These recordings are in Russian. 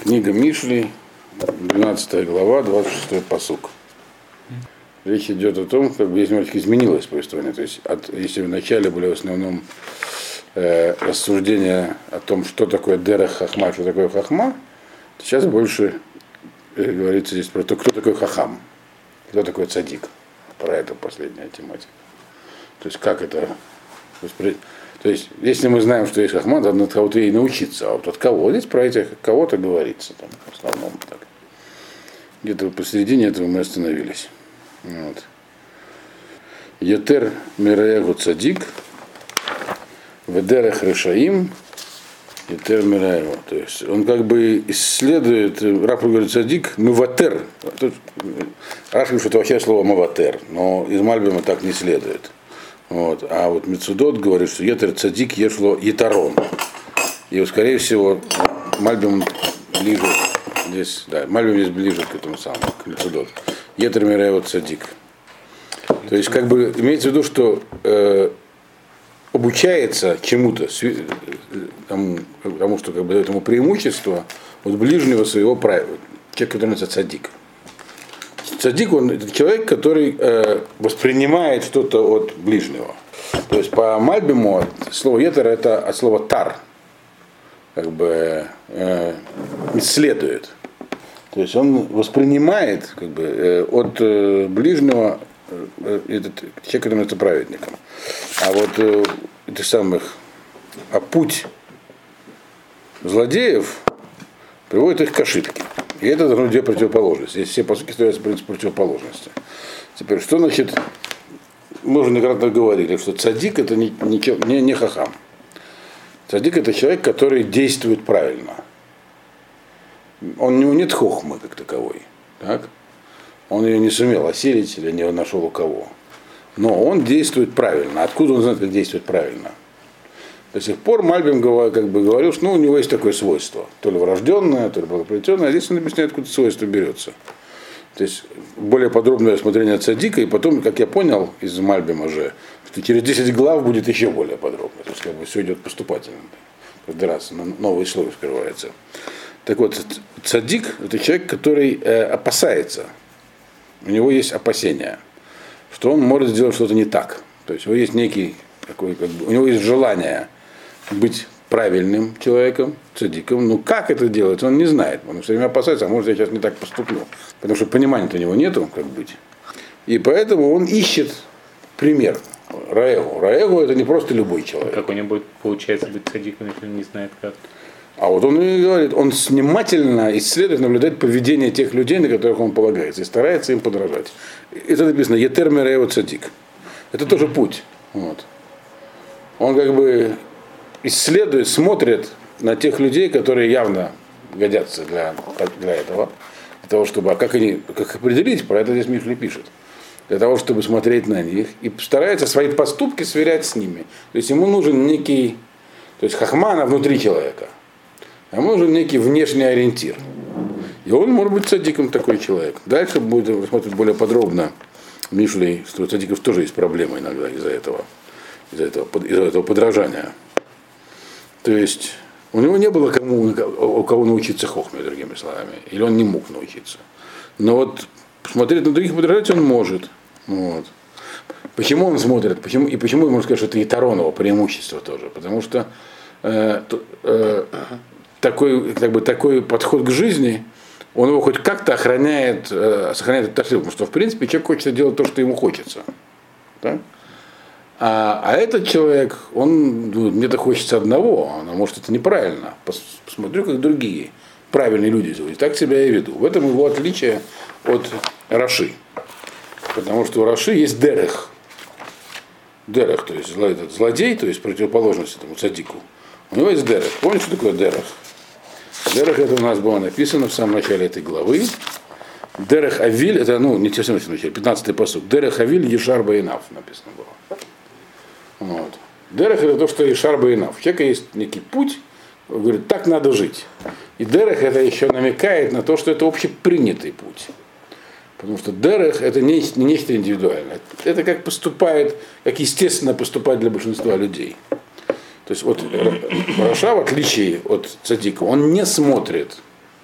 Книга Мишли, 12 глава, 26 пасук. Речь идет о том, как бы здесь немножечко изменилось повествование. То есть, если в начале были в основном рассуждения о том, что такое дерех хахма, что такое хахма, то сейчас больше говорится здесь про то, кто такой хахам, кто такой цадик. Про это последняя тематика. То есть, как это воспринимать. То есть, если мы знаем, что есть хахма, то надо кого-то ей научиться. А вот от кого? Здесь про этих кого-то говорится. Там, в основном так. Где-то посередине этого мы остановились. Вот. Йотер мираягу цадик, ведерех решаим, йотер мираягу. То есть, он как бы исследует, Раши говорит цадик, мыватер. Раши говорит, что это вообще слово мыватер, но из Мальбима так не следует. Вот. А вот Мецудот говорит, что Йотер цадик ешло етарон. И, скорее всего, Мальбим ближе здесь, да, Мальбим здесь ближе к этому самому, к Мецудот. Йотер мираягу цадик. То есть, как бы, имеется в виду, что обучается чему-то, тому, что как бы, дает ему преимущество от ближнего своего правила, человек, который называется цадик. Цадик, он это человек, который воспринимает что-то от ближнего. То есть по Мальбиму слово етер это от слова тар, как бы исследует. То есть он воспринимает как бы, от ближнего этот человек, который является праведником. А вот путь злодеев приводит их к ошибке. И это должно быть две противоположности. Здесь все посылки строятся принцип противоположности. Теперь, что значит, мы уже неоднократно говорили, что цадик это не хахам. Цадик это человек, который действует правильно. У него нет хохмы как таковой. Так? Он ее не сумел осилить или не нашел у кого. Но он действует правильно. Откуда он знает, как действовать правильно? До сих пор Мальбим как бы говорил, что у него есть такое свойство. То ли врожденное, то ли благоприятное. А здесь он объясняет, откуда свойство берется. То есть более подробное рассмотрение цадика. И потом, как я понял из Мальбима же, что через 10 глав будет еще более подробно. То есть как бы все идет поступательно. Каждый раз новый слой скрывается. Так вот, цадик это человек, который опасается. У него есть опасения, что он может сделать что-то не так. То есть у него есть некий такой, как бы, у него есть желание быть правильным человеком, цадиком. Но как это делать, он не знает. Он все время опасается, а может я сейчас не так поступлю. Потому что понимания-то у него нету, как быть. И поэтому он исчет пример. Раэгу. Раэгу это не просто любой человек. Как у него будет, получается, быть цадиком, если он не знает как? А вот он и говорит, он внимательно исследует, наблюдает поведение тех людей, на которых он полагается, и старается им подражать. Это написано Йотер мираягу цадик. Это тоже путь. Вот. Он как бы исследует, смотрит на тех людей, которые явно годятся для этого. Для того, чтобы, как определить, про это здесь Мишли пишет. Для того, чтобы смотреть на них. И старается свои поступки сверять с ними. То есть ему нужен некий, то есть хахмана внутри человека. А ему нужен некий внешний ориентир. И он может быть цадиком такой человек. Дальше будет рассмотреть более подробно Мишли, что у цадиков тоже есть проблемы иногда из-за этого подражания. То есть у него не было у кого научиться хохме, другими словами. Или он не мог научиться. Но вот смотреть на других подражать он может. Вот. Почему он смотрит? Почему можно сказать, что это етароново преимущество тоже? Потому что такой подход к жизни, он его хоть как-то сохраняет от ошибок, потому что в принципе человек хочет делать то, что ему хочется. Да? А этот человек, мне-то хочется одного, а может это неправильно. Посмотрю, как другие правильные люди делают. Так себя я веду. В этом его отличие от Раши. Потому что у Раши есть дерех. Дерех, то есть злодей, то есть противоположность этому цадику. У него есть дерех. Помните, что такое дерех? Дерех это у нас было написано в самом начале этой главы. Дерех Авиль, это, не те самые начале, 15-й посуд. Дерех Авиль Ешар Баинав написано было. Вот. Дерех это то, что Ешар Баинав. У человека есть некий путь, он говорит, так надо жить. И дерех это еще намекает на то, что это общепринятый путь. Потому что дерех это не нечто индивидуальное. Это как естественно поступает для большинства людей. То есть вот Раша, в отличие от цадика, он не смотрит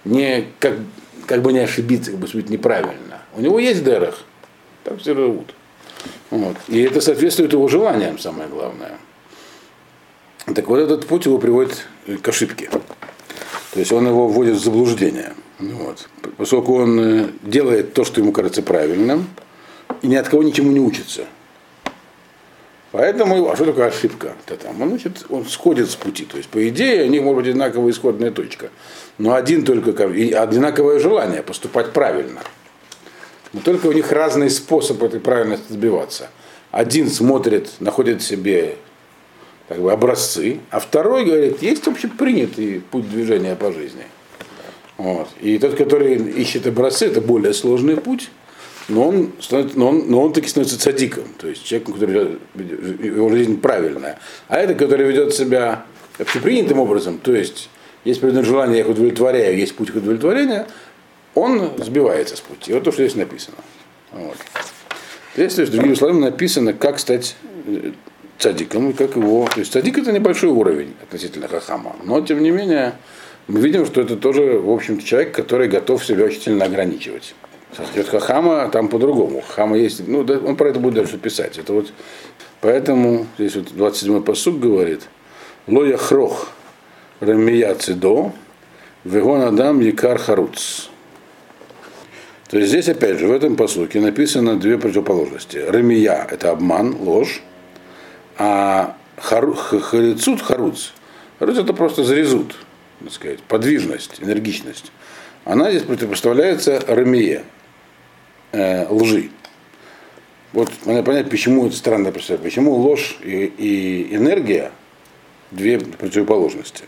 не как бы не ошибиться, как бы быть неправильно. У него есть дерах, так все живут. Вот. И это соответствует его желаниям, самое главное. Так вот этот путь его приводит к ошибке. То есть он его вводит в заблуждение. Вот. Поскольку он делает то, что ему кажется правильным, и ни от кого ничему не учится. Поэтому, а что такое ошибка? Он сходит с пути. То есть, по идее, у них может быть одинаковая исходная точка. Но один только и одинаковое желание поступать правильно. Но только у них разный способ этой правильности добиваться. Один смотрит, находит себе как бы образцы, а второй говорит, есть общепринятый путь движения по жизни. Вот. И тот, который ищет образцы, это более сложный путь, но он таки становится цадиком, то есть человеком, который его жизнь правильная. А это, который ведет себя общепринятым образом, то есть есть определенное желание, я их удовлетворяю, есть путь к удовлетворению, он сбивается с пути. Вот то, что здесь написано. Вот. Здесь, то есть, другими словами, написано, как стать цадиком, и как его. То есть цадик это небольшой уровень относительно хахама. Но тем не менее, мы видим, что это тоже, в общем-то, человек, который готов себя очень сильно ограничивать. От хахама там по-другому. Хахама есть, ну, он про это будет дальше писать. Это вот, поэтому здесь вот 27-й пасук говорит: Ло яхрох рамия цидо, вегон адам якар харуц. То есть здесь, опять же, в этом пасуке написано две противоположности. Рамия – это обман, ложь, а харицут, харуц. Харуц – это просто зарезут, так сказать, подвижность, энергичность. Она здесь противопоставляется рамие, лжи. Вот надо понять, почему это странно представить. Почему ложь и энергия – две противоположности.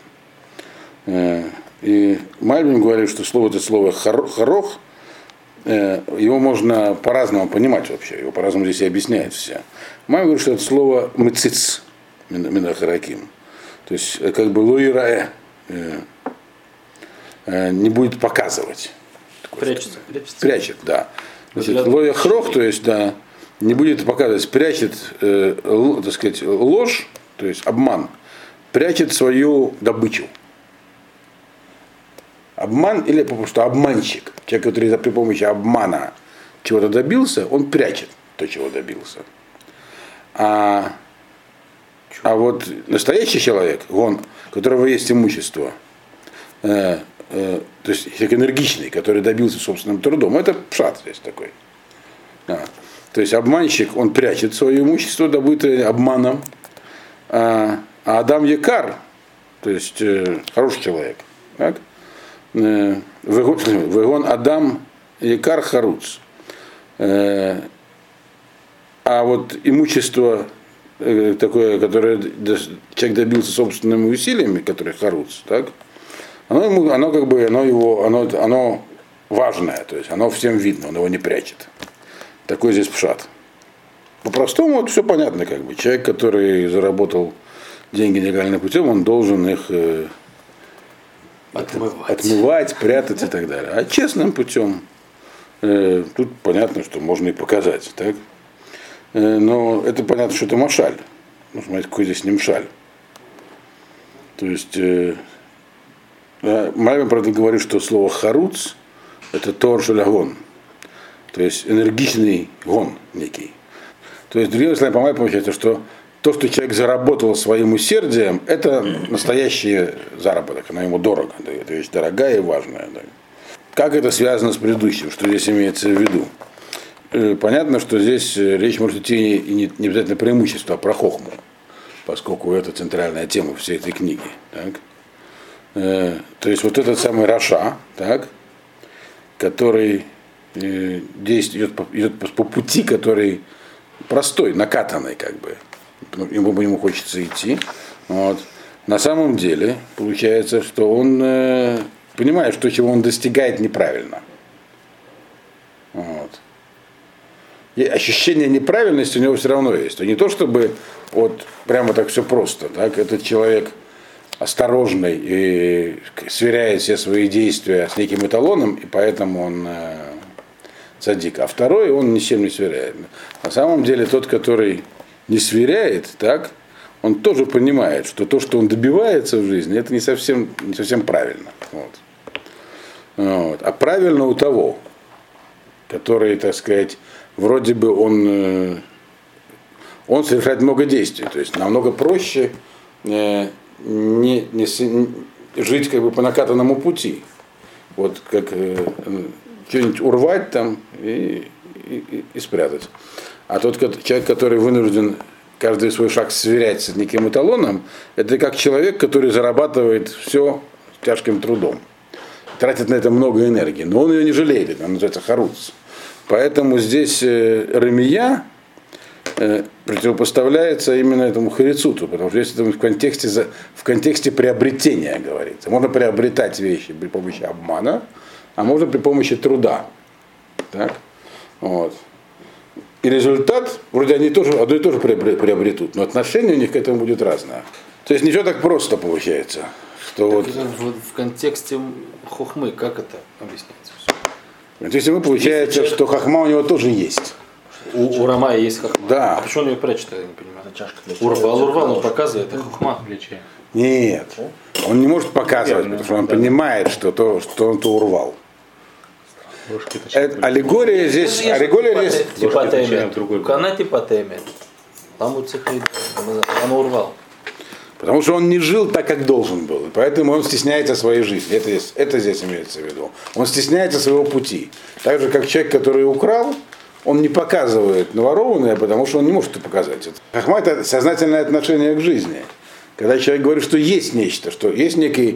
И Мальбим говорит, что это слово харох, его можно по-разному понимать вообще, его по-разному здесь и объясняет все. Мальбим говорит, что это слово мыцис, минахараким. То есть как бы лоирае, не будет показывать. Прячет, да. Лоя хрох, то есть, да, не будет показывать, прячет, так сказать, ложь, то есть обман, прячет свою добычу. Обман или просто обманщик, человек, который при помощи обмана чего-то добился, он прячет то, чего добился. А вот настоящий человек, он, у которого есть имущество, то есть человек энергичный, который добился собственным трудом, это пшат здесь такой. Да. То есть обманщик, он прячет свое имущество, добытое обманом, а Адам Якар, то есть хороший человек, так? Вегон Адам Якар Харуц. А вот имущество такое, которое человек добился собственными усилиями, которое Харуц, так? Оно важное, то есть оно всем видно, он его не прячет. Такой здесь пшат. По-простому вот все понятно, как бы. Человек, который заработал деньги нелегальным путем, он должен их отмывать, прятать и так далее. А честным путем тут понятно, что можно и показать, так? Но это понятно, что это машаль. Нужно смотреть, какой здесь не мшаль. То есть Мальбим, правда, говорит, что слово харуц это тор шелягон, то есть энергичный гон некий. То есть, другими словами, по-моему, получается, что то, что человек заработал своим усердием, это настоящий заработок, оно ему дорого, да, это вещь дорогая и важная. Да. Как это связано с предыдущим, что здесь имеется в виду? Понятно, что здесь речь может идти и не обязательно про имущество, а про хохму, поскольку это центральная тема всей этой книги. Так. То есть вот этот самый Раша, так, который идет по пути, который простой, накатанный, как бы. Ему хочется идти. Вот. На самом деле получается, что он понимает, что чего он достигает неправильно. Вот. И ощущение неправильности у него все равно есть. То не то, чтобы вот прямо так все просто. Так? Этот человек осторожный и сверяет все свои действия с неким эталоном, и поэтому он цадик. А второй, он ни с чем не сверяет. На самом деле тот, который не сверяет, так, он тоже понимает, что то, что он добивается в жизни, это не совсем правильно. Вот. Вот. А правильно у того, который, так сказать, вроде бы он совершает много действий. То есть намного проще жить как бы по накатанному пути. Вот как что-нибудь урвать там и спрятать. А тот человек, который вынужден каждый свой шаг сверять с неким эталоном, это как человек, который зарабатывает все тяжким трудом. Тратит на это много энергии, но он ее не жалеет, это называется харуц. Поэтому здесь ремия противопоставляется именно этому харицуту, потому что здесь это в контексте приобретения говорится. Можно приобретать вещи при помощи обмана, а можно при помощи труда. Так? Вот. И результат, вроде они тоже, одно и то же приобретут, но отношение у них к этому будет разное. То есть ничего так просто получается. Что вот, в контексте хохмы, как это объясняется? В контексте хохмы получается, что хохма у него тоже есть. У Рамая есть хохма. Да. А почему он ее прячет, я не понимаю? Это чашка для чая. Урвал, он показывает, это хохма. Для чая. Нет, он не может показывать, потому что он понимает, что он то урвал. Аллегория здесь, Типа темет. Кана типа темет. Ламу цехрит, он урвал. Потому что он не жил так, как должен был. И поэтому он стесняется своей жизни. Это здесь имеется в виду. Он стесняется своего пути. Так же, как человек, который украл, он не показывает наворованное, потому что он не может это показать. Хохма – это сознательное отношение к жизни. Когда человек говорит, что есть нечто, что есть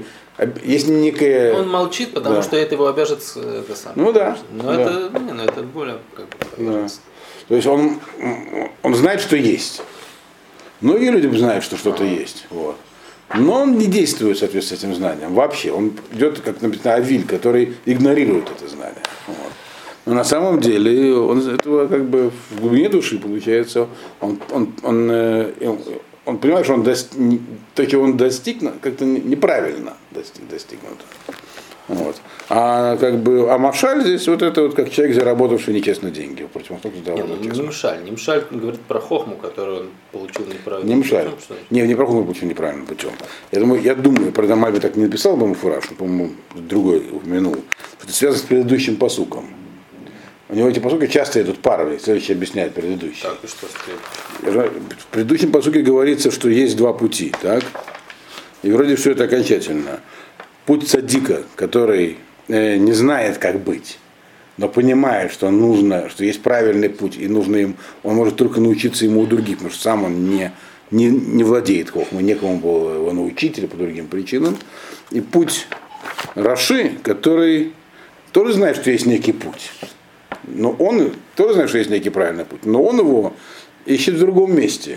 некое... Он молчит, потому что это его обяжет это самое. Ну да. Но да. Это более как бы, да. То есть он знает, что есть. Многие люди знают, что что-то есть. Вот. Но он не действует в соответствии с этим знанием. Вообще. Он идет, как написано, Авиль, который игнорирует это знание. Вот. Но на самом деле он этого как бы в глубине души получается, он понимает, что то, чего он достиг, как-то неправильно достигнуто. Вот. А как бы, Машаль здесь вот это вот как человек, заработавший нечестно деньги. Не Мшаль говорит про хохму, которую он получил неправильно. Не Мшаль. Не про хохму получил неправильным путем. Я думаю, правда, Мальби так не написал бы Муфураж, по-моему, другой упомянул, что это связано с предыдущим пасуком. У него эти пасуки часто идут парами, следующий объясняет предыдущий. Так, и что в предыдущем пасуке говорится, что есть два пути, так? И вроде все это окончательно. Путь цадика, который не знает, как быть, но понимает, что что есть правильный путь, и нужно им, он может только научиться ему у других, потому что сам он не владеет хохмой, некому было его научить или по другим причинам. И путь Раши, который тоже знает, что есть некий путь. Но он тоже знает, что есть некий правильный путь, но он его ищет в другом месте,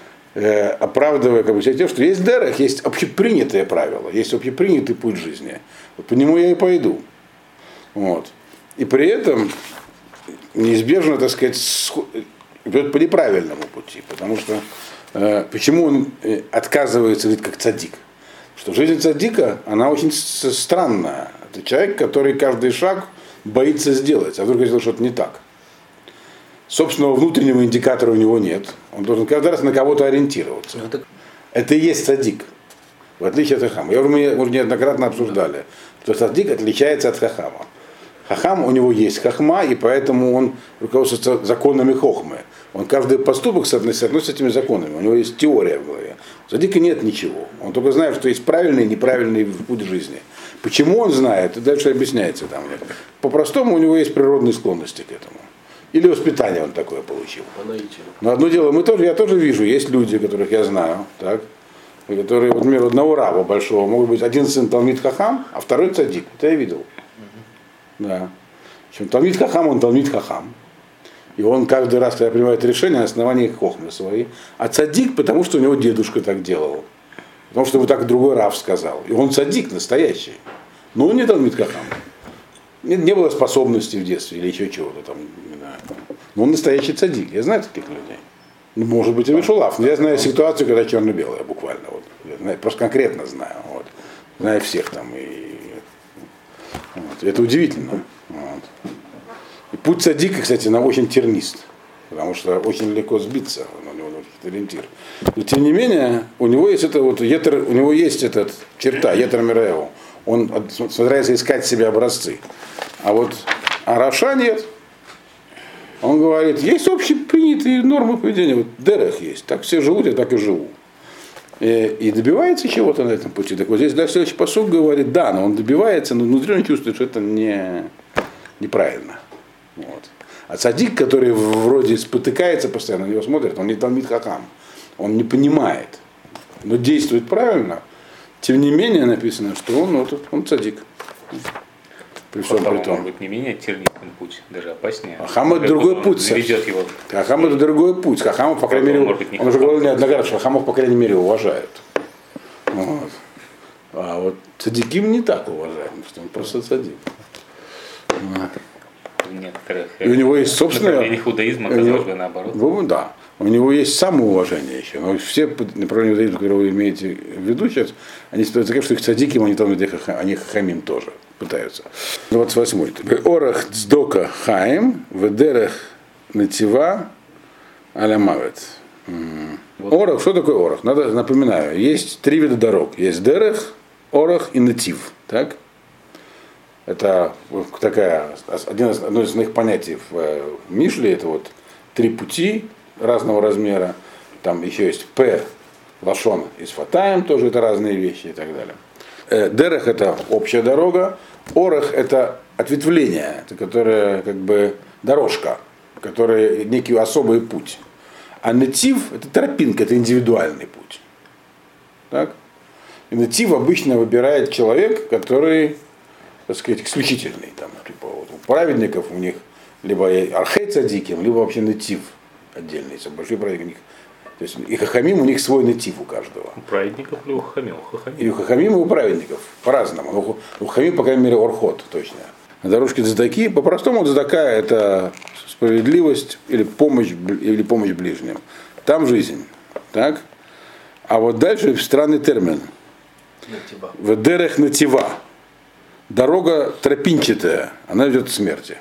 оправдывая как бы тем, что есть дерех, есть общепринятые правила, есть общепринятый путь жизни. Вот по нему я и пойду. Вот. И при этом неизбежно, так сказать, идет по неправильному пути, потому что почему он отказывается жить как цадик? Что жизнь цадика, она очень странная. Это человек, который каждый шаг боится сделать, а вдруг я сделал что-то не так. Собственного внутреннего индикатора у него нет. Он должен каждый раз на кого-то ориентироваться. Это и есть цадик, в отличие от хахама. Мы уже неоднократно обсуждали, что цадик отличается от хахама. Хахам, у него есть хахма, и поэтому он руководствуется законами хохмы. Он каждый поступок соотносится с этими законами. У него есть теория в голове. У цадика нет ничего. Он только знает, что есть правильный и неправильный путь жизни. Почему он знает, и дальше объясняется там. По-простому у него есть природные склонности к этому. Или воспитание он такое получил. Но одно дело, я тоже вижу, есть люди, которых я знаю, так, которые, вот, например, одного раба большого, могут быть один сын Талмид Хахам, а второй цадик. Это я видел. Да. Причем Талмид Хахам, он Талмид Хахам. И он каждый раз, когда принимает решение, на основании хохмы своей. А цадик, потому что у него дедушка так делал. Потому что ему так другой рав сказал. И он цадик настоящий. Но он не Талмид Хахам. Не было способности в детстве или еще чего-то там. Не знаю. Но он настоящий цадик. Я знаю таких людей. Может быть, и Мишулав. Но я знаю ситуацию, когда черно-белая буквально. Вот. Я знаю, просто конкретно знаю. Вот. Знаю всех там. Вот. Это удивительно. Вот. И путь цадика, кстати, нам очень тернист. Потому что очень легко сбиться. У него ориентир. Но тем не менее, у него есть черта, Етер Мираеу. он старается искать себе образцы. А вот Раша нет. Он говорит, есть общепринятые нормы поведения, вот дерех есть, так все живут, я так и живу. И добивается чего-то на этом пути. Так вот здесь дальше следующий пасук говорит, да, но он добивается, но внутри он чувствует, что это неправильно. Вот. А цадик, который вроде спотыкается постоянно, на него смотрит, он не талмид хахам, он не понимает, но действует правильно, тем не менее написано, что он цадик. При всем при том. Может быть не менее тернистый путь, даже опаснее. Хахам это другой путь. Его. Хахам это другой путь. Хахамов, по крайней мере, он уже говорил неоднократно, что Хахамов, по крайней мере, уважают. Вот. А вот цадиким не так уважаем, что он просто цадик. И у него есть собственное... направление иудаизма, казалось бы, наоборот. Ну, да. У него есть самоуважение еще. Но все направления иудаизма, которые вы имеете в виду сейчас, они стоят так, что их цадиким, они хахамим тоже пытаются. 28-й. Орах цдока хаим, ведерех натива алямавет. Орах, что такое орах? Напоминаю, есть 3 вида дорог. Есть дерех, орах и натив. Так? Это одно из основных понятий в Мишле, это вот 3 пути разного размера. Там еще есть П, лашон и сфатаем, тоже это разные вещи и так далее. Дерех это общая дорога, орах это ответвление, это которое как бы дорожка, которая некий особый путь. А натив это тропинка, это индивидуальный путь. Так? И натив обычно выбирает человек, который, так сказать, исключительный. Там, типа, вот у праведников у них либо архей цадиким, либо вообще натив отдельный. Большой праведник у них. То есть и хахамим у них свой натив у каждого. У праведников или у хахамим? И у хахамим, и у праведников. По-разному. У хахамим, по крайней мере, орхот точно. На дорожке цдаки, по-простому цдака это справедливость или помощь ближним. Там жизнь. Так? А вот дальше странный термин. Ведерех натива. Дорога тропинчатая, она ведет к смерти.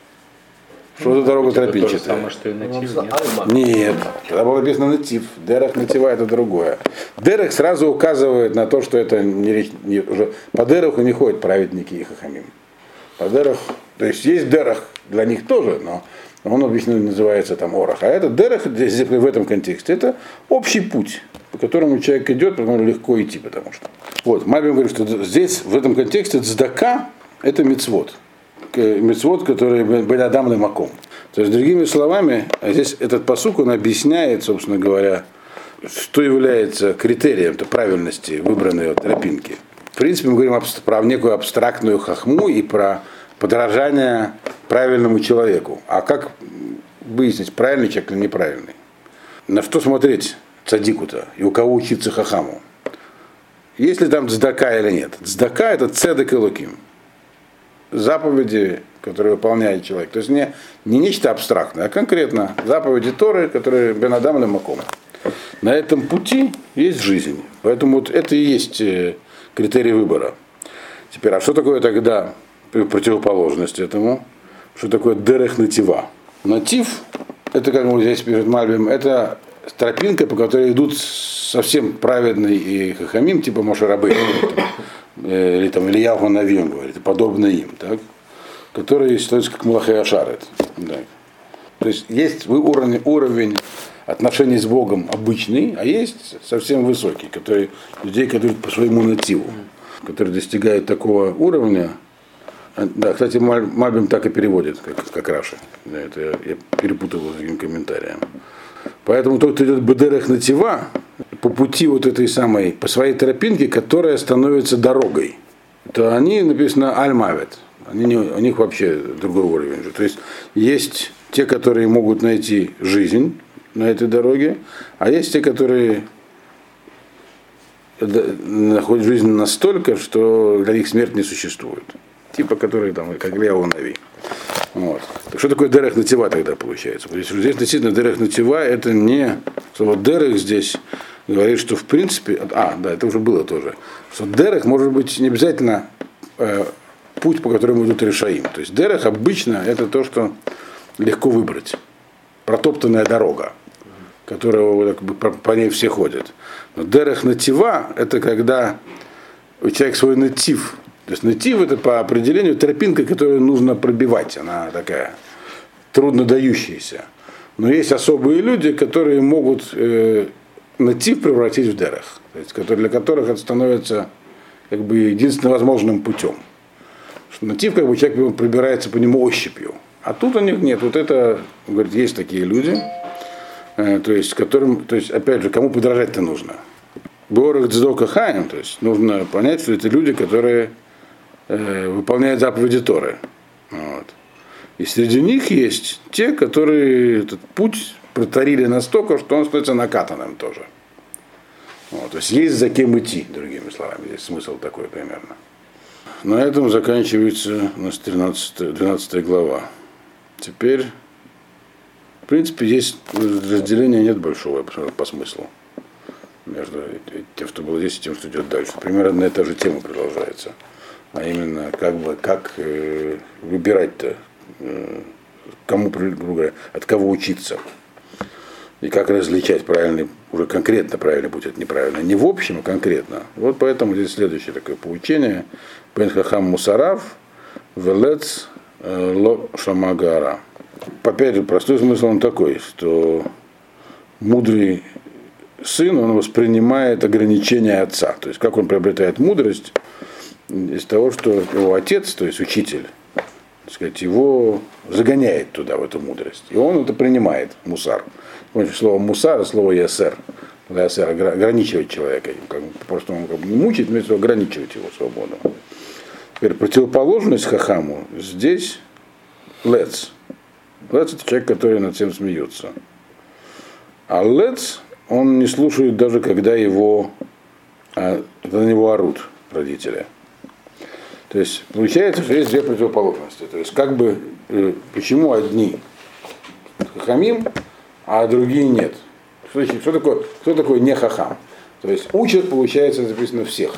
Что за дорога тропинчатая? То же самое, что и натив, нет, когда было написано натив. Дерех натива это другое. Дерех сразу указывает на то, что это уже по дереху не ходят праведники и хахамим. По дереху, то есть дерех для них тоже, но он обычно называется там орах. А это дерех здесь в этом контексте это общий путь, по которому человек идет, по которому легко идти, потому что. Вот, Мальбим говорит, что здесь, в этом контексте, цдака – это мицвот. Мицвот, которые были Адам и Маком. То есть, другими словами, здесь этот пасук, он объясняет, собственно говоря, что является критерием правильности выбранной тропинки. В принципе, мы говорим про некую абстрактную хахму и про подражание правильному человеку. А как выяснить, правильный человек или неправильный? На что смотреть цадику-то и у кого учиться хахаму? Есть ли там цдака или нет? Цдака это цедек и луким. Заповеди, которые выполняет человек. То есть не нечто абстрактное, а конкретно заповеди Торы, которые бен Адам ле маком. На этом пути есть жизнь. Поэтому вот это и есть критерий выбора. Теперь, а что такое тогда противоположность этому? Что такое дерех натива? Натив, это, как мы здесь перед Мальбим, это тропинка, по которой идут совсем праведный и хахамим, типа Моше Рабейну, или там Ильяху Навим, говорит, подобно им, так? Которые становятся как Малахей Ашарет. Да. То есть уровень отношений с Богом обычный, а есть совсем высокий, людей, которые по своему нативу, которые достигают такого уровня. Да, кстати, Мальбим так и переводит, как Раши. Да, это я перепутал с другим комментарием. Поэтому тот, кто идет бедерех натива, по пути вот этой самой, по своей тропинке, которая становится дорогой, то они, написано, аль-мавет. У них вообще другой уровень. То есть те, которые могут найти жизнь на этой дороге, а есть те, которые находят жизнь настолько, что для них смерть не существует. Типа, которые там, как Ильяху Нави. Вот. Так что такое дерех натива тогда получается? Здесь действительно дерех натива это не... Что вот дерех здесь говорит, что в принципе... да, это уже было тоже. Что дерех может быть не обязательно путь, по которому идут решаим. То есть дерех обычно это то, что легко выбрать. Протоптанная дорога, которая по ней все ходят. Но дерех натива это когда человек свой натив То есть натив это по определению тропинка, которую нужно пробивать. Она такая трудно дающаяся. Но есть особые люди, которые могут натив превратить в дерах. То есть, для которых это становится как бы единственно возможным путем. Что натив, как бы человек пробирается по нему ощупью. А тут у них нет. Вот это, говорит, есть такие люди, то есть, которым, то есть, опять же, кому подражать-то нужно. Борах Дздока Хаим, то есть нужно понять, что это люди, которые выполняют заповеди Торы. Вот. И среди них есть те, которые этот путь протарили настолько, что он становится накатанным тоже. Вот. То есть есть за кем идти, другими словами. Здесь смысл такой примерно. На этом заканчивается у нас 12 глава. Теперь, в принципе, здесь разделения нет большого, я посмотрел по смыслу. Между тем, что было здесь, и тем, что идет дальше. Примерно одна и та же тема продолжается. А именно, как выбирать-то, кому, грубо говоря, от кого учиться. И как различать правильный, уже конкретно правильный путь от неправильного. Не в общем, а конкретно. Вот поэтому здесь следующее такое поучение. Бен Хахам Мусарав, Велец Ло Шамагара. Опять же, простой смысл он такой, что мудрый сын, он воспринимает ограничения отца. То есть, как он приобретает мудрость из того, что его отец, то есть учитель, так сказать, его загоняет туда, в эту мудрость. И он это принимает, мусар. Помните, слово мусар, слово ясер. Ясер ограничивает человека. Просто он как бы не мучает, вместо того ограничивать его свободу. Теперь противоположность хахаму здесь лец. Лец это человек, который над всем смеется. А лец, он не слушает даже, когда на него орут родители. То есть получается, что есть две противоположности. То есть как бы почему одни хахамим, а другие нет. Кто такой не хахам? То есть учат, получается, написано всех.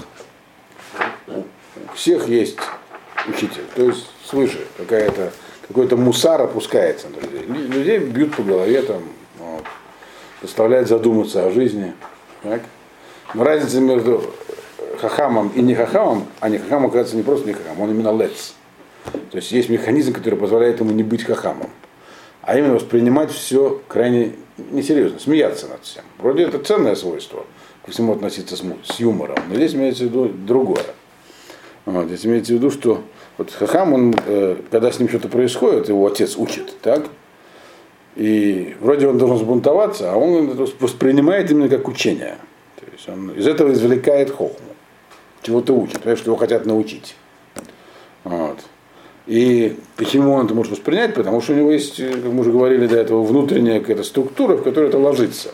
У всех есть учитель. То есть свыше какой-то мусар опускается на людей. Людей бьют по голове, там, вот, заставляют задуматься о жизни. Так? Но разница между хахамом и не хахамом, а не хахам, оказывается, не просто не хахам, он именно лец. То есть есть механизм, который позволяет ему не быть хахамом, а именно воспринимать все крайне несерьезно, смеяться над всем. Вроде это ценное свойство, ко всему относиться с юмором, но здесь имеется в виду другое. Вот, здесь имеется в виду, что вот хахам, он, когда с ним что-то происходит, его отец учит, так? И вроде он должен сбунтоваться, а он это воспринимает именно как учение. То есть он из этого извлекает хохму, чего-то учит, потому что его хотят научить. Вот. И почему он это может воспринять? Потому что у него есть, как мы уже говорили до этого, внутренняя какая-то структура, в которой это ложится.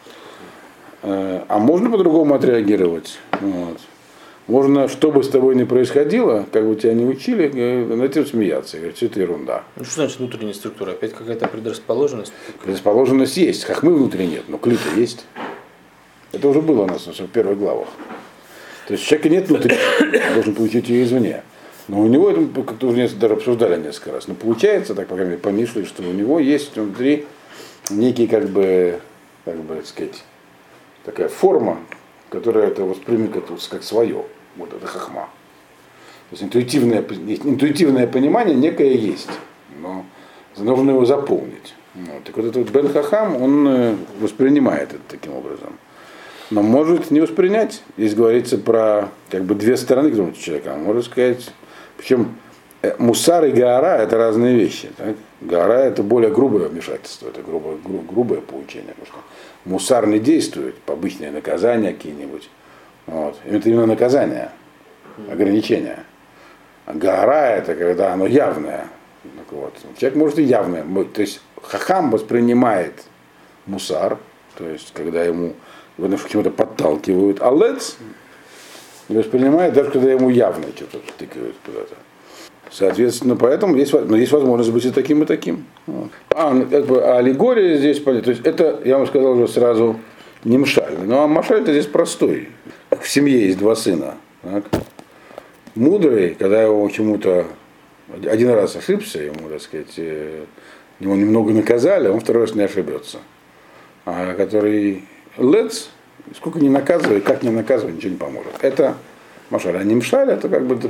А можно по-другому отреагировать. Вот. Можно, что бы с тобой ни происходило, как бы тебя не учили, над этим смеяться. Говорить, что это ерунда. Ну что значит внутренняя структура? Опять какая-то предрасположенность? Предрасположенность есть. Хахмы внутри нет, но клюта есть. Это уже было у нас в первых главах. То есть человека нет внутри, он должен получить ее извне. Но у него, это как-то уже даже обсуждали несколько раз, но получается, так, по крайней мере, помыслили, что у него есть внутри некий, как бы, так сказать, такая форма, которая это воспримет как свое. Вот это хахма. То есть интуитивное понимание некое есть, но нужно его заполнить. Вот. Так вот этот Бен Хахам, он воспринимает это таким образом. Но может не воспринять. Здесь говорится про как бы две стороны к человека. Можно сказать, причем мусар и гаара это разные вещи. Так? Гаара это более грубое вмешательство, это грубое поучение. Потому что мусар не действует, обычные наказания какие-нибудь. Вот. Это именно наказание, ограничения. А гаара это когда оно явное. Так вот. Человек может и явное. То есть хахам воспринимает мусар, то есть когда ему к чему-то подталкивают, а лец не воспринимает, даже когда ему явно что-то тыкают куда-то. Соответственно, поэтому есть возможность быть и таким, и таким. Вот. Как бы аллегория здесь, то есть это, я вам сказал уже сразу, не мшаль. Ну а машаль-то здесь простой. В семье есть два сына. Так? Мудрый, когда его чему-то один раз ошибся, ему, так сказать, его немного наказали, он второй раз не ошибется. А который лец, сколько ни наказывай, как ни наказывай, ничего не поможет. Это машаль. А не мшаль, это как бы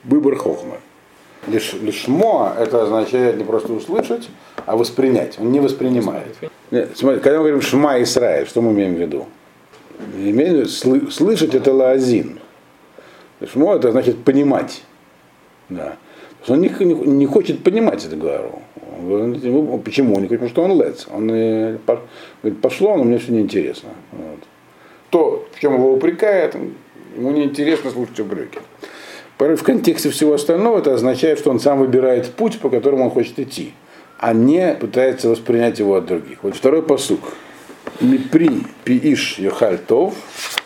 выбор хохмы. Лишмо это означает не просто услышать, а воспринять. Он не воспринимает. Нет, смотри, когда мы говорим Шма Исраэль, что мы имеем в виду? Слышать это лаазин. Шмо это значит понимать. Да. Он не хочет понимать эту Гуару. Почему? Он не хочет, потому что он лец. Он говорит, пошло, но мне все неинтересно. Вот. То, в чем его упрекает, ему неинтересно слушать упреки. В контексте всего остального это означает, что он сам выбирает путь, по которому он хочет идти, а не пытается воспринять его от других. Вот второй пасук. Мипри пииш йохаль тов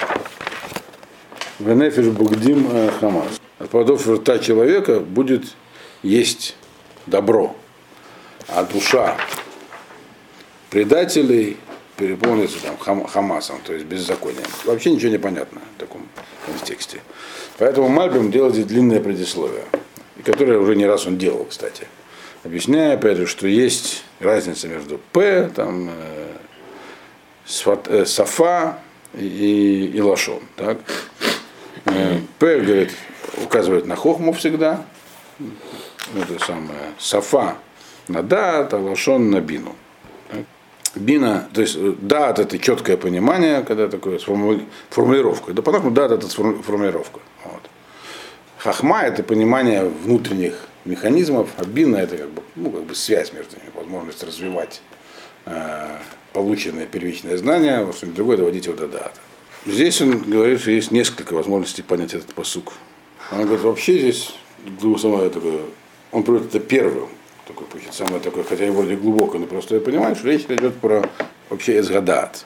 венефиш бугдим хамас. От плодов рта человека будет есть добро, а душа предателей переполнится там хамасом, то есть беззаконием. Вообще ничего не понятно в таком контексте. Поэтому Мальбим делает здесь длинное предисловие, которое уже не раз он делал, кстати, объясняя, опять же, что есть разница между П, там, Сафа и Лашон. Так? П, говорит, указывает на хохму всегда, это самое, Сафа на дат, а Лашон на бину. Бина, то есть дат это четкое понимание, когда такое формулировка. Да, потому дат это формулировка. Вот. Хахма это понимание внутренних механизмов, а бина это как бы связь между ними, возможность развивать полученное первичное знание, а что-нибудь другое доводить его до дата. Здесь он говорит, что есть несколько возможностей понять этот пасук. Он говорит, вообще здесь он приводит это первым. Такой, самое такое, хотя и вроде глубоко, но просто я понимаю, что речь идет про вообще эцгадат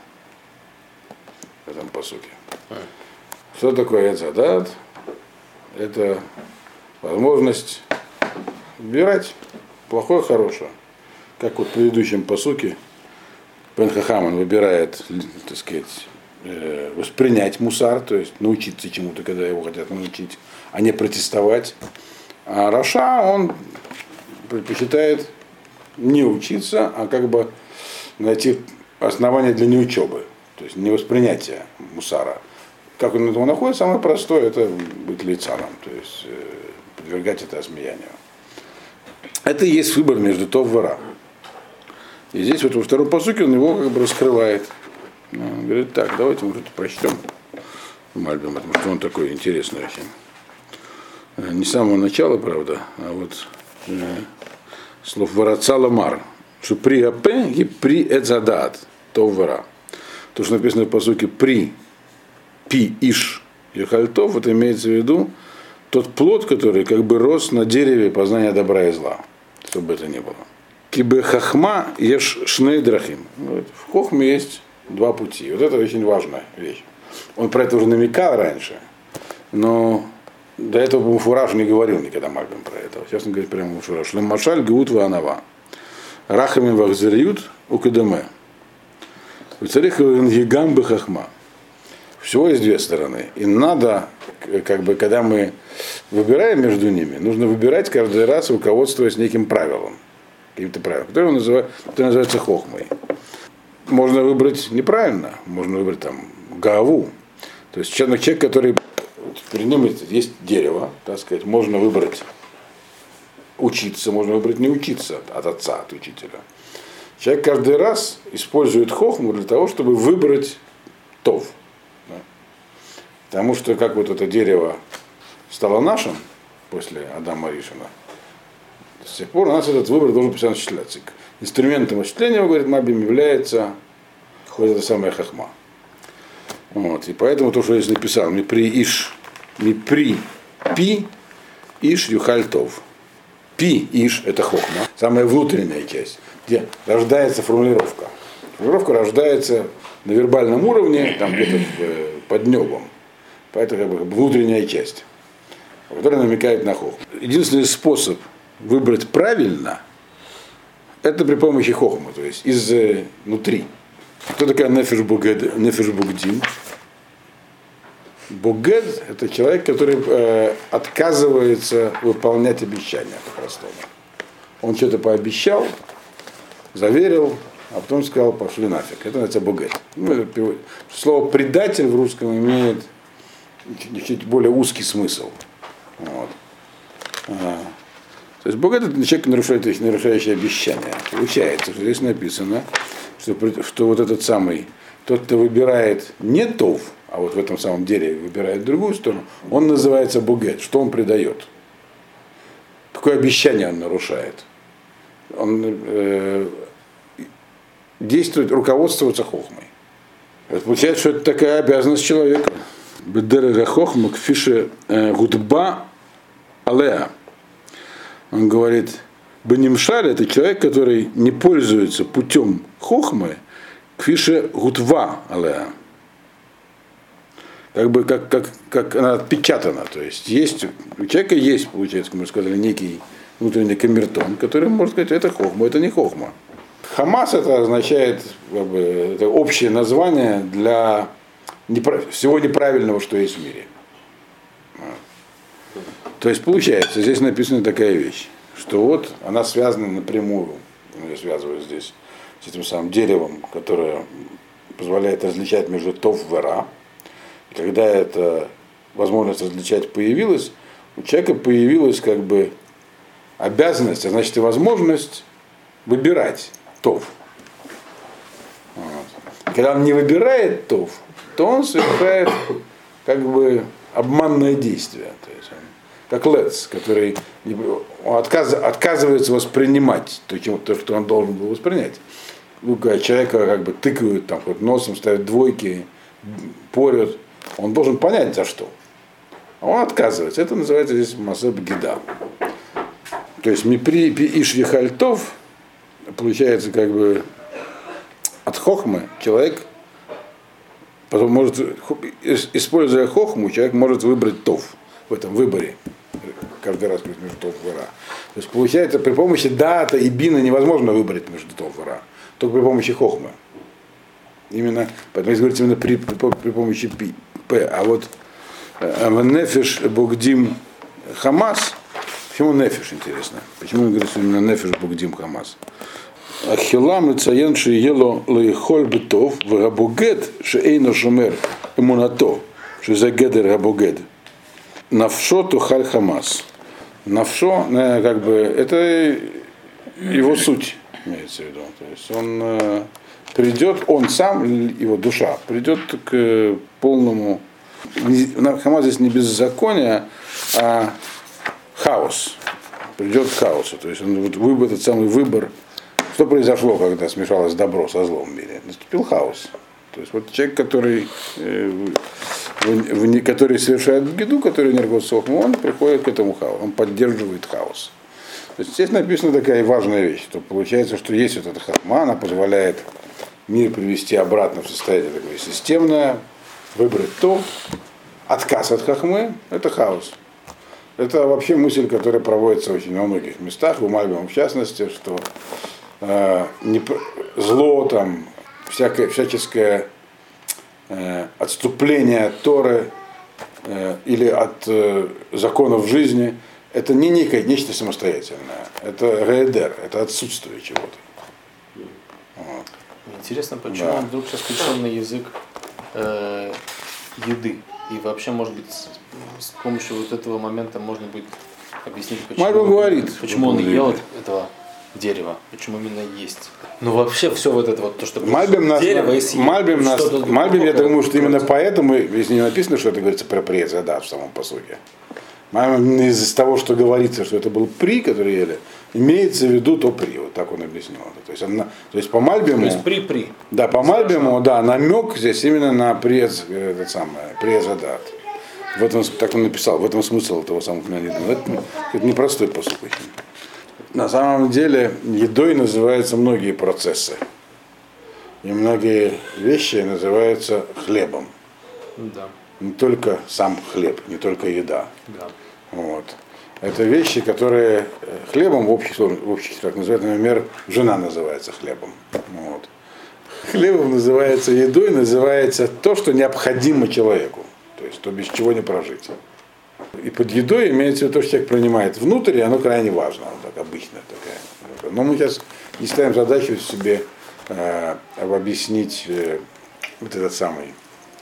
в этом посуке. Что такое эцгадат? Это возможность выбирать плохое, хорошее. Как вот в предыдущем посуке Пен-Хахам выбирает, так сказать, воспринять мусар, то есть научиться чему-то, когда его хотят научить, а не протестовать. А Раша, он предпочитает не учиться, а как бы найти основания для неучебы, то есть не воспринятия мусара. Как он этого находит, самое простое, это быть лицаном, то есть подвергать это осмеянию. Это и есть выбор между то и ра. И здесь вот во втором посуке он его как бы раскрывает. Он говорит, так, давайте мы что-то прочтем Мальбим, потому что он такой интересный очень. Не с самого начала, правда, а вот слов варацала мар, что при апе и при эцадат, то вара. То, что написано в посуке при пи иш ехальтов, это имеется в виду тот плод, который как бы рос на дереве познания добра и зла, чтобы это ни было. Кибе хахма еш шней драхим. В хохме есть два пути. Вот это очень важная вещь. Он про это уже намекал раньше, но до этого бы Муфураж не говорил никогда Мальбим про это. Сейчас он говорит прямо Муфураж. Лемашаль геут ванава. Рахамим вахзериют укедеме. Уцарих гигам бехахма. Всего есть две стороны. И надо, как бы, когда мы выбираем между ними, нужно выбирать каждый раз, руководствуясь неким правилом. Каким-то правилом, которое называется хохмой. Можно выбрать неправильно, можно выбрать там гаву. То есть человек, который перед ним есть дерево, так сказать, можно выбрать учиться, можно выбрать не учиться от отца, от учителя. Человек каждый раз использует хохму для того, чтобы выбрать тов. Да? Потому что как вот это дерево стало нашим после Адама Ришона, с тех пор у нас этот выбор должен постоянно осуществляться. Инструментом осуществления, говорит Мальбим, является вот эта самая хохма. Вот. И поэтому то, что я здесь написал, ми при пи иш юхальтов. Пи иш это хохма, самая внутренняя часть, где рождается формулировка. Формулировка рождается на вербальном уровне, там где-то под небом. Поэтому как бы внутренняя часть, которая намекает на хохму. Единственный способ выбрать правильно, это при помощи хохмы, то есть изнутри. Кто такая нефиш бугдим? Бугед – это человек, который отказывается выполнять обещания, по-простому. Он что-то пообещал, заверил, а потом сказал, пошли нафиг. Это называется бугед. Слово «предатель» в русском имеет чуть более узкий смысл. Вот. То есть Бог этот человек, нарушающий обещания. Получается, что здесь написано, что вот этот самый, тот, кто выбирает не тов, а вот в этом самом дереве выбирает другую сторону, он называется бугет. Что он предает? Какое обещание он нарушает? Он действует, руководствуется хохмой. Это получается, что это такая обязанность человека. Бедерега хохма кфише гудба алеа. Он говорит, Бенимшаль это человек, который не пользуется путем хохмы, кфише гудва алеа. Как она отпечатана. То есть, у человека есть, получается, как мы сказали, некий внутренний камертон, который может сказать, это хохма, это не хохма. Хамас это означает это общее название для всего неправильного, что есть в мире. То есть получается, здесь написана такая вещь, что вот она связана напрямую, я связываю здесь с этим самым деревом, которое позволяет различать между тов и ра. И когда эта возможность различать появилась, у человека появилась как бы обязанность, а значит и возможность выбирать тов. Вот. И когда он не выбирает тов, то он совершает как бы обманное действие. То есть он, как лец, который отказывается воспринимать то, что он должен был воспринять. Человека как бы тыкают там, хоть носом, ставят двойки, порют. Он должен понять, за что. А он отказывается. Это называется здесь масэб гида. То есть мипри иш вихальтов, получается как бы от хохмы человек потом может, используя хохму, человек может выбрать тов в этом выборе. Каждый раз между тов и ра. То есть получается при помощи дата и бина невозможно выбрать между тов и ра. Только при помощи хохмы. Именно, поэтому здесь говорится именно при помощи п. А вот в нефиш богдим хамас, почему нефиш интересно? Почему он говорит, что именно нефиш богдим хамас? Ахилам лицаен шиело лейхоль битов врабогед шейно шумер эмунато шизагедер рабогед навшо тухаль хамас. Навшо, как бы, это его суть имеется в виду. То есть он придет, он сам, его душа, придет к полному, хамас здесь не беззаконие, а хаос. Придет к хаосу. То есть он вот этот самый выбор. Что произошло, когда смешалось добро со злом в мире? Наступил хаос. То есть вот человек, который совершает беду, который не руководствует, он приходит к этому хаосу, он поддерживает хаос. То есть здесь написана такая важная вещь, что получается, что есть вот эта хохма, она позволяет мир привести обратно в состояние такое системное, выбрать то, отказ от хохмы – это хаос. Это вообще мысль, которая проводится очень во многих местах, в Мальбиме в частности, что зло, там, всяческое отступление от Торы или от законов жизни, это не нечто самостоятельное, это реэдер, это отсутствие чего-то. Вот. Интересно, почему он вдруг сейчас пришел на язык еды. И вообще, может быть, с помощью вот этого момента можно будет объяснить, почему он ел этого дерева, почему именно есть. Ну вообще все вот это вот, то, что дерево и съел. Мальбим, я думаю, что именно поэтому, если не написано, что это говорится про презада в самом посуде. Из того, что говорится, что это был при, который ели, имеется в виду то при. Вот так он объяснил. То есть по Мальбиму. То есть при. Да, по Мальбиму, да, намек здесь именно на през, это самое, презадат. В этом, так он написал, в этом смысл этого самого книги. Это непростой посуд. На самом деле едой называются многие процессы. И многие вещи называются хлебом. Да. Не только сам хлеб, не только еда. Да. Вот. Это вещи, которые хлебом в общих так называют, например, жена называется хлебом. Вот. Хлебом называется едой, называется то, что необходимо человеку. То есть то, без чего не прожить. И под едой имеется в виду то, что человек принимает внутрь, и оно крайне важно, так обычно такая. Но мы сейчас не ставим задачу себе объяснить вот этот самый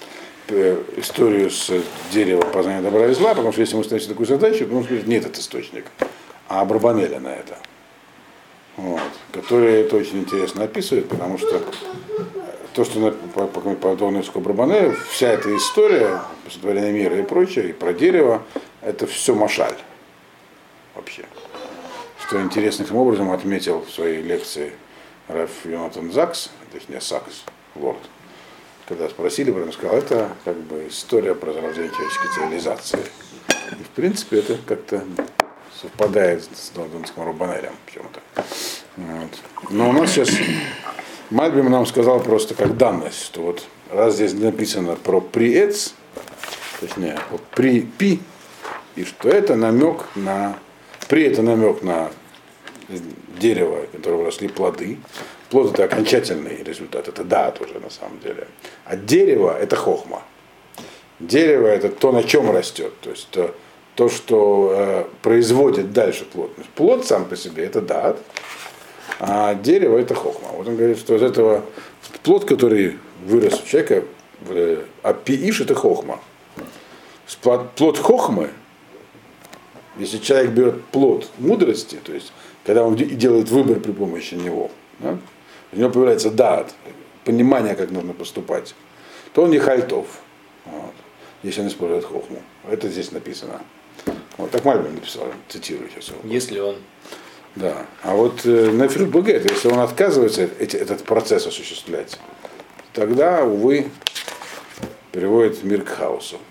историю с дерева познания добра и зла, потому что если мы ставим такую задачу, то нужно сказать, нет, этот источник, а Абрабанеля на это. Вот, который это очень интересно описывает, потому что то, что по Донецку Брабане, вся эта история сотворения мира и прочее, и про дерево, это все машаль вообще. Что интересным образом отметил в своей лекции Раф Йонатан Закс, точнее Сакс, лорд, когда спросили, он сказал, это как бы история про зарождение человеческой цивилизации. И в принципе это как-то совпадает с Донецким Рабанелем почему-то. Вот. Но у нас сейчас Мальбим нам сказал просто как данность, что вот раз здесь написано про приэц, точнее, вот при пи, и что это намек на, при это намек на дерево, в котором росли плоды. Плод это окончательный результат, это да тоже на самом деле. А дерево это хохма. Дерево это то, на чем растет, то есть то что производит дальше плод. Плод сам по себе это дат, а дерево это хохма. Вот он говорит, что из этого плод, который вырос у человека, а пииш это хохма. Плод хохмы, если человек берет плод мудрости, то есть когда он делает выбор при помощи него, да, у него появляется дат, понимание, как нужно поступать, то он не хальтов, вот, если он использует хохму. Это здесь написано. Вот так Мальбим написал, цитирую сейчас его. Если он. Да. А вот Нефиш Багет, если он отказывается этот процесс осуществлять, тогда, увы, приводит мир к хаосу.